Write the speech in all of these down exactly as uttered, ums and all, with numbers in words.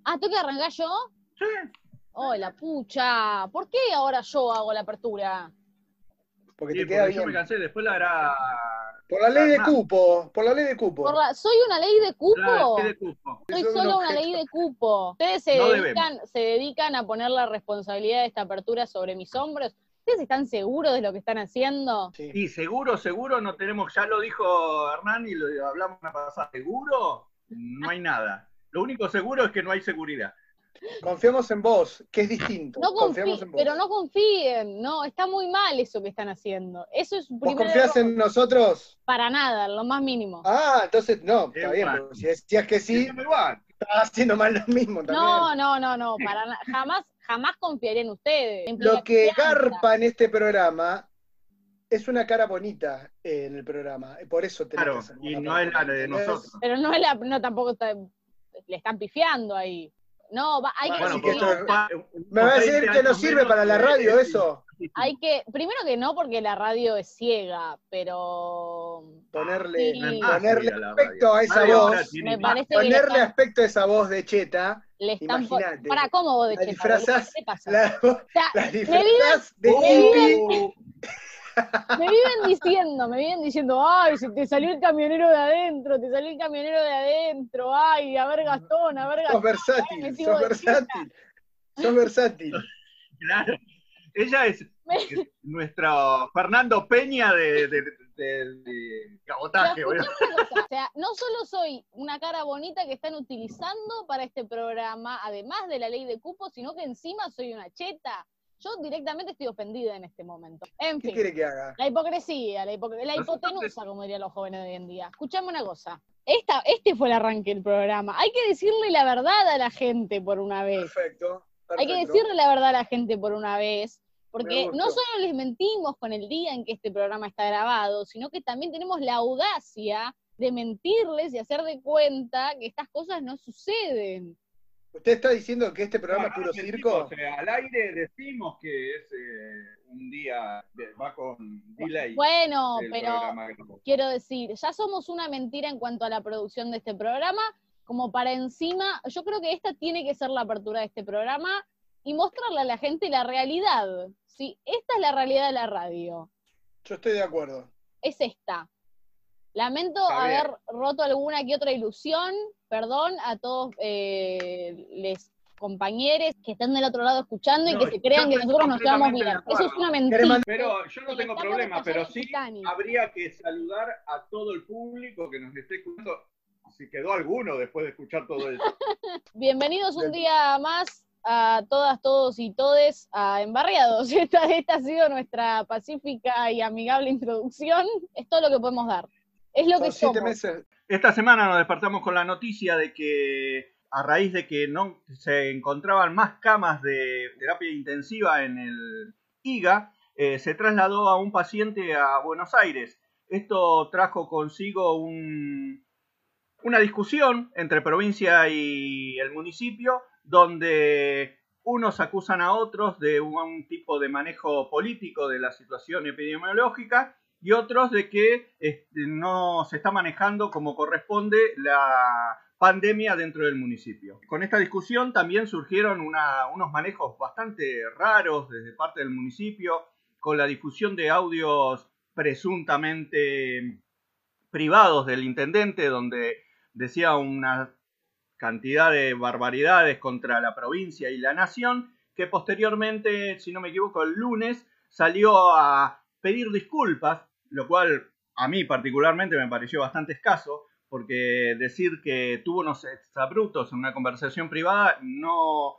Ah, ¿tengo que arrancar yo? Sí. Oh, la pucha. ¿Por qué ahora yo hago la apertura? Porque Sí, te queda porque yo bien. me cansé, después la hará... Por la ley de Hernán. cupo, por la ley de cupo. Por la- ¿Soy una ley de cupo? La ley de cupo. Soy Soy un solo una objeto. ley de cupo. Ustedes se, No dedican, se dedican a poner la responsabilidad de esta apertura sobre mis hombros. ¿Ustedes están seguros de lo que están haciendo? Sí. Y seguro, seguro no tenemos, ya lo dijo Hernán y lo hablamos una pasada, seguro no hay nada. Lo único seguro es que no hay seguridad. Confiamos en vos, que es distinto. No Confiamos confí- en vos. pero no confíen, no, está muy mal eso que están haciendo. Eso es un ¿Vos primer confías error. en nosotros? Para nada, lo más mínimo. Ah, entonces no, está bien. Igual. Porque si decías que sí, Siempre igual. estás haciendo mal lo mismo también. No, no, no, no, para nada. Jamás, jamás confiaré en ustedes. Implica Lo que confianza. garpa en este programa es una cara bonita eh, en el programa. Por eso tenés Claro, que hacer y una no es la de ¿entendés? nosotros. Pero no, es la, no tampoco está, le están pifiando ahí. No, va- hay que Bueno, Bueno, que porque esto- pa- ¿Me va a decir veinte que no años sirve menos, para la eh, radio es- eso? Hay que, primero que no, porque la radio es ciega, pero Ponerle, sí, No es más ponerle seguida la aspecto radio. a esa Radio ahora voz, tiene me imagen. parece que le ponerle están, aspecto a esa voz de Cheta, le están po- imagínate. para cómo vos de La cheta, disfrazás, boludo, ¿qué te pasa? la, O sea, la me viven, disfrazás de me viven- hippie. me viven diciendo, me viven diciendo, ay, se te salió el camionero de adentro, te salió el camionero de adentro, ay, a ver Gastón, a ver Sos Gastón. versátil, me sigo sos de versátil. Sos versátil. Claro. Ella es, es nuestro Fernando Peña de, de, de, de cabotaje, Pero boludo. escuchame una cosa, o sea, no solo soy una cara bonita que están utilizando para este programa, además de la ley de cupo, sino que encima soy una cheta. Yo directamente estoy ofendida en este momento. En ¿Qué fin, quiere que haga? la hipocresía, la, hipo- la Nosotros hipotenusa, como dirían los jóvenes de hoy en día. Escuchame una cosa. Esta, este fue el arranque del programa. Hay que decirle la verdad a la gente por una vez. Perfecto. Hay que perfecto. decirle la verdad a la gente por una vez, porque Me no gustó. solo les mentimos con el día en que este programa está grabado, sino que también tenemos la audacia de mentirles y hacer de cuenta que estas cosas no suceden. ¿Usted está diciendo que este programa No, es puro no mentimos, circo? o sea, al aire decimos que es eh, un día, de- va con delay. Bueno, el pero programa que no- quiero decir, ya somos una mentira en cuanto a la producción de este programa, como para encima, yo creo que esta tiene que ser la apertura de este programa y mostrarle a la gente la realidad. ¿Sí? Esta es la realidad de la radio. Yo estoy de acuerdo. Es esta. Lamento Está bien. haber roto alguna que otra ilusión, perdón a todos eh, les compañeros que están del otro lado escuchando y No, que se crean yo que estoy nosotros nos llevamos completamente bien. de acuerdo. Eso es una ¿Querés mentira. mandar- Pero yo no Se le tengo está por problema, pero estallar el sí Titanic. habría que saludar a todo el público que nos esté escuchando, si quedó alguno después de escuchar todo eso. Bienvenidos un Bien. día más a todas, todos y todes a Embarriados. Esta, esta ha sido nuestra pacífica y amigable introducción. Es todo lo que podemos dar. Es lo que Son siete somos. meses. Esta semana nos despertamos con la noticia de que a raíz de que no se encontraban más camas de terapia intensiva en el I G A, eh, se trasladó a un paciente a Buenos Aires. Esto trajo consigo un, una discusión entre provincia y el municipio, donde unos acusan a otros de un tipo de manejo político de la situación epidemiológica y otros de que este, no se está manejando como corresponde la pandemia dentro del municipio. Con esta discusión también surgieron una, unos manejos bastante raros desde parte del municipio, con la difusión de audios presuntamente privados del intendente, donde decía una cantidad de barbaridades contra la provincia y la nación, que posteriormente, si no me equivoco, el lunes salió a pedir disculpas, lo cual a mí particularmente me pareció bastante escaso, porque decir que tuvo unos exabruptos en una conversación privada no,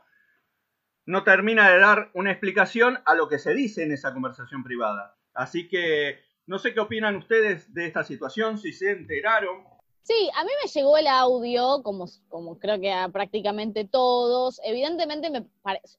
no termina de dar una explicación a lo que se dice en esa conversación privada. Así que no sé qué opinan ustedes de esta situación, si se enteraron. Sí, a mí me llegó el audio, como, como creo que a prácticamente todos. Evidentemente me parece,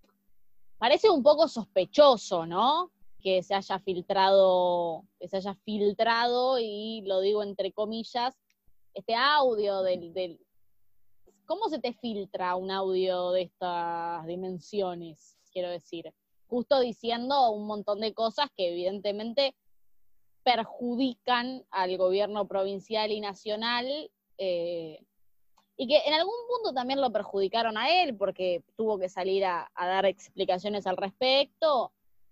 parece un poco sospechoso, ¿no? Que se haya filtrado, que se haya filtrado, y lo digo entre comillas, este audio del, del... ¿Cómo se te filtra un audio de estas dimensiones? Quiero decir, justo diciendo un montón de cosas que evidentemente perjudican al gobierno provincial y nacional, eh, y que en algún punto también lo perjudicaron a él, porque tuvo que salir a, a dar explicaciones al respecto,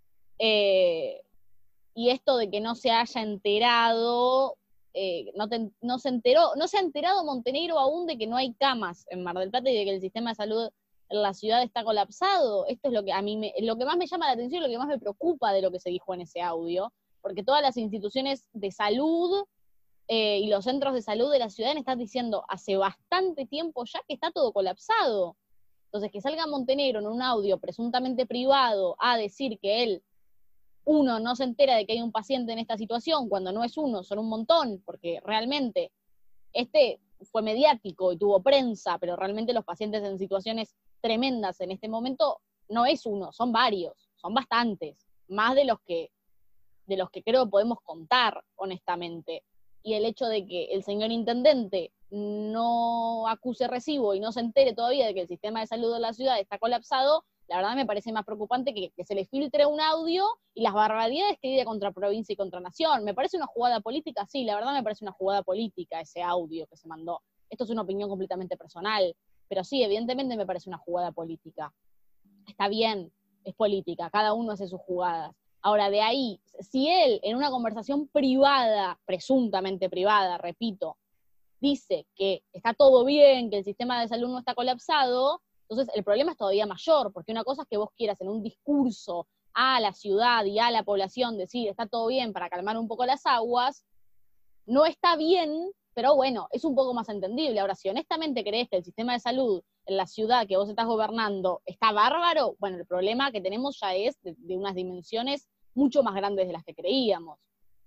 eh, y esto de que no se haya enterado, eh, no, te, no se enteró, no se ha enterado Montenegro aún de que no hay camas en Mar del Plata y de que el sistema de salud en la ciudad está colapsado. Esto es lo que a mí me, lo que más me llama la atención, lo que más me preocupa de lo que se dijo en ese audio, porque todas las instituciones de salud eh, y los centros de salud de la ciudad están diciendo hace bastante tiempo ya que está todo colapsado. Entonces, que salga Montenegro en un audio presuntamente privado a decir que él, uno, no se entera de que hay un paciente en esta situación, cuando no es uno, son un montón, porque realmente este fue mediático y tuvo prensa, pero realmente los pacientes en situaciones tremendas en este momento no es uno, son varios, son bastantes, más de los que, de los que creo podemos contar, honestamente. Y el hecho de que el señor intendente no acuse recibo y no se entere todavía de que el sistema de salud de la ciudad está colapsado, la verdad me parece más preocupante que, que se le filtre un audio y las barbaridades que diga contra provincia y contra nación. ¿Me parece una jugada política? Sí, la verdad me parece una jugada política ese audio que se mandó. Esto es una opinión completamente personal, pero sí, evidentemente me parece una jugada política. Está bien, es política, cada uno hace sus jugadas. Ahora, de ahí, si él en una conversación privada, presuntamente privada, repito, dice que está todo bien, que el sistema de salud no está colapsado, entonces el problema es todavía mayor, porque una cosa es que vos quieras en un discurso a la ciudad y a la población decir está todo bien para calmar un poco las aguas, no está bien, pero bueno, es un poco más entendible. Ahora, si honestamente crees que el sistema de salud en la ciudad que vos estás gobernando está bárbaro, bueno, el problema que tenemos ya es de, de unas dimensiones mucho más grandes de las que creíamos.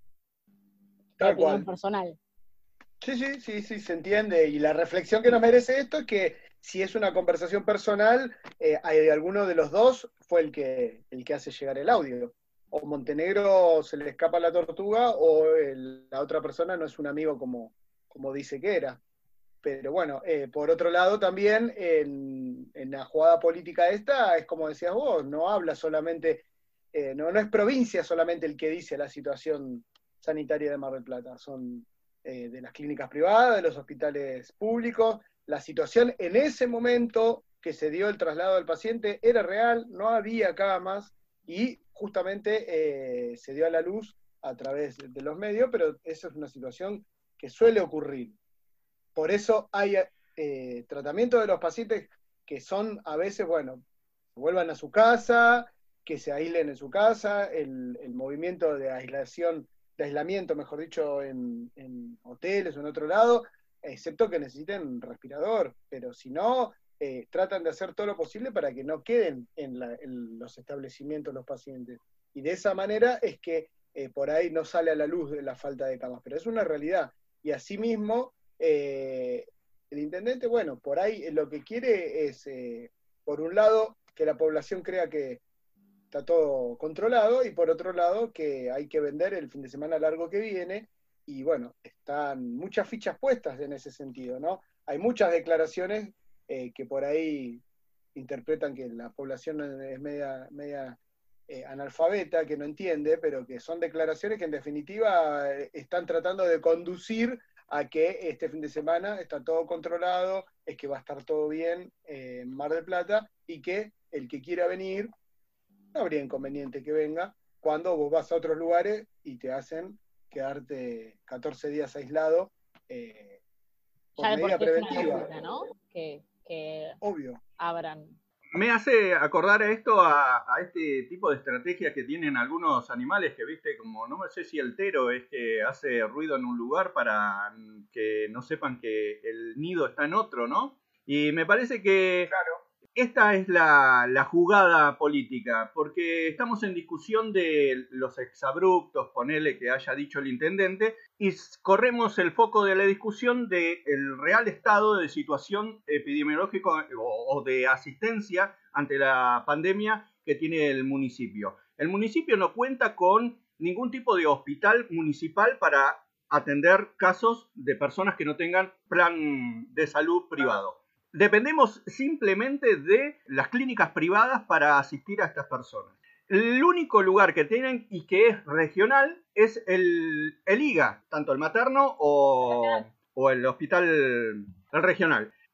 Tal cual. Personal. Sí, sí, sí, sí, se entiende. Y la reflexión que nos merece esto es que si es una conversación personal, eh, hay alguno de los dos fue el que, el que hace llegar el audio. O Montenegro se le escapa la tortuga, o el, la otra persona no es un amigo como, como dice que era. Pero bueno, eh, por otro lado también, en, en la jugada política esta, es como decías vos, no habla solamente, eh, no, no es provincia solamente el que dice la situación sanitaria de Mar del Plata, son eh, de las clínicas privadas, de los hospitales públicos. La situación en ese momento que se dio el traslado del paciente era real, no había camas, y justamente eh, se dio a la luz a través de los medios, pero eso es una situación que suele ocurrir. Por eso hay eh, tratamiento de los pacientes que son a veces, bueno, vuelvan a su casa, que se aíslen en su casa, el, el movimiento de aislación, de aislamiento, mejor dicho, en, en hoteles o en otro lado, excepto que necesiten respirador, pero si no, eh, tratan de hacer todo lo posible para que no queden en, la, en los establecimientos los pacientes. Y de esa manera es que eh, por ahí no sale a la luz de la falta de camas, pero es una realidad. Y asimismo, eh, el intendente, bueno, por ahí lo que quiere es, eh, por un lado, que la población crea que está todo controlado, y por otro lado, que hay que vender el fin de semana largo que viene. Y bueno, están muchas fichas puestas en ese sentido, ¿no? Hay muchas declaraciones eh, que por ahí interpretan que la población es media, media eh, analfabeta, que no entiende, pero que son declaraciones que en definitiva eh, están tratando de conducir a que este fin de semana está todo controlado, es que va a estar todo bien eh, en Mar del Plata, y que el que quiera venir, no habría inconveniente que venga, cuando vos vas a otros lugares y te hacen quedarte catorce días aislado eh, por ya de medida por sí preventiva. Es una locura, ¿no? Que, que Obvio. abran. Me hace acordar a esto a, a este tipo de estrategias que tienen algunos animales que, viste, como no sé si el tero es que hace ruido en un lugar para que no sepan que el nido está en otro, ¿no? Y me parece que claro. Esta es la, la jugada política, porque estamos en discusión de los exabruptos, ponele que haya dicho el intendente, y corremos el foco de la discusión del real estado de situación epidemiológica o, o de asistencia ante la pandemia que tiene el municipio. El municipio no cuenta con ningún tipo de hospital municipal para atender casos de personas que no tengan plan de salud privado. Dependemos simplemente de las clínicas privadas para asistir a estas personas. El único lugar que tienen y que es regional es el, el I G A, tanto el materno o, o el hospital el regional.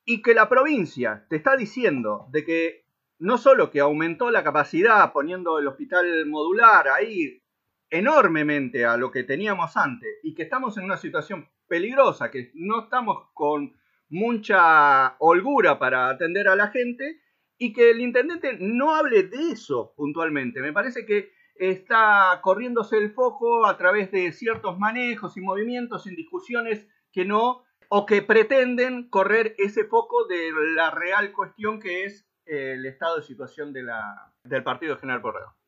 y que la provincia te está diciendo de que no solo que aumentó la capacidad poniendo el hospital modular ahí enormemente a lo que teníamos antes y que estamos en una situación peligrosa, que no estamos con mucha holgura para atender a la gente, y que el intendente no hable de eso puntualmente. Me parece que está corriéndose el foco a través de ciertos manejos y movimientos en discusiones que no, o que pretenden correr ese foco de la real cuestión que es el estado de situación de la, del partido de General Porrero.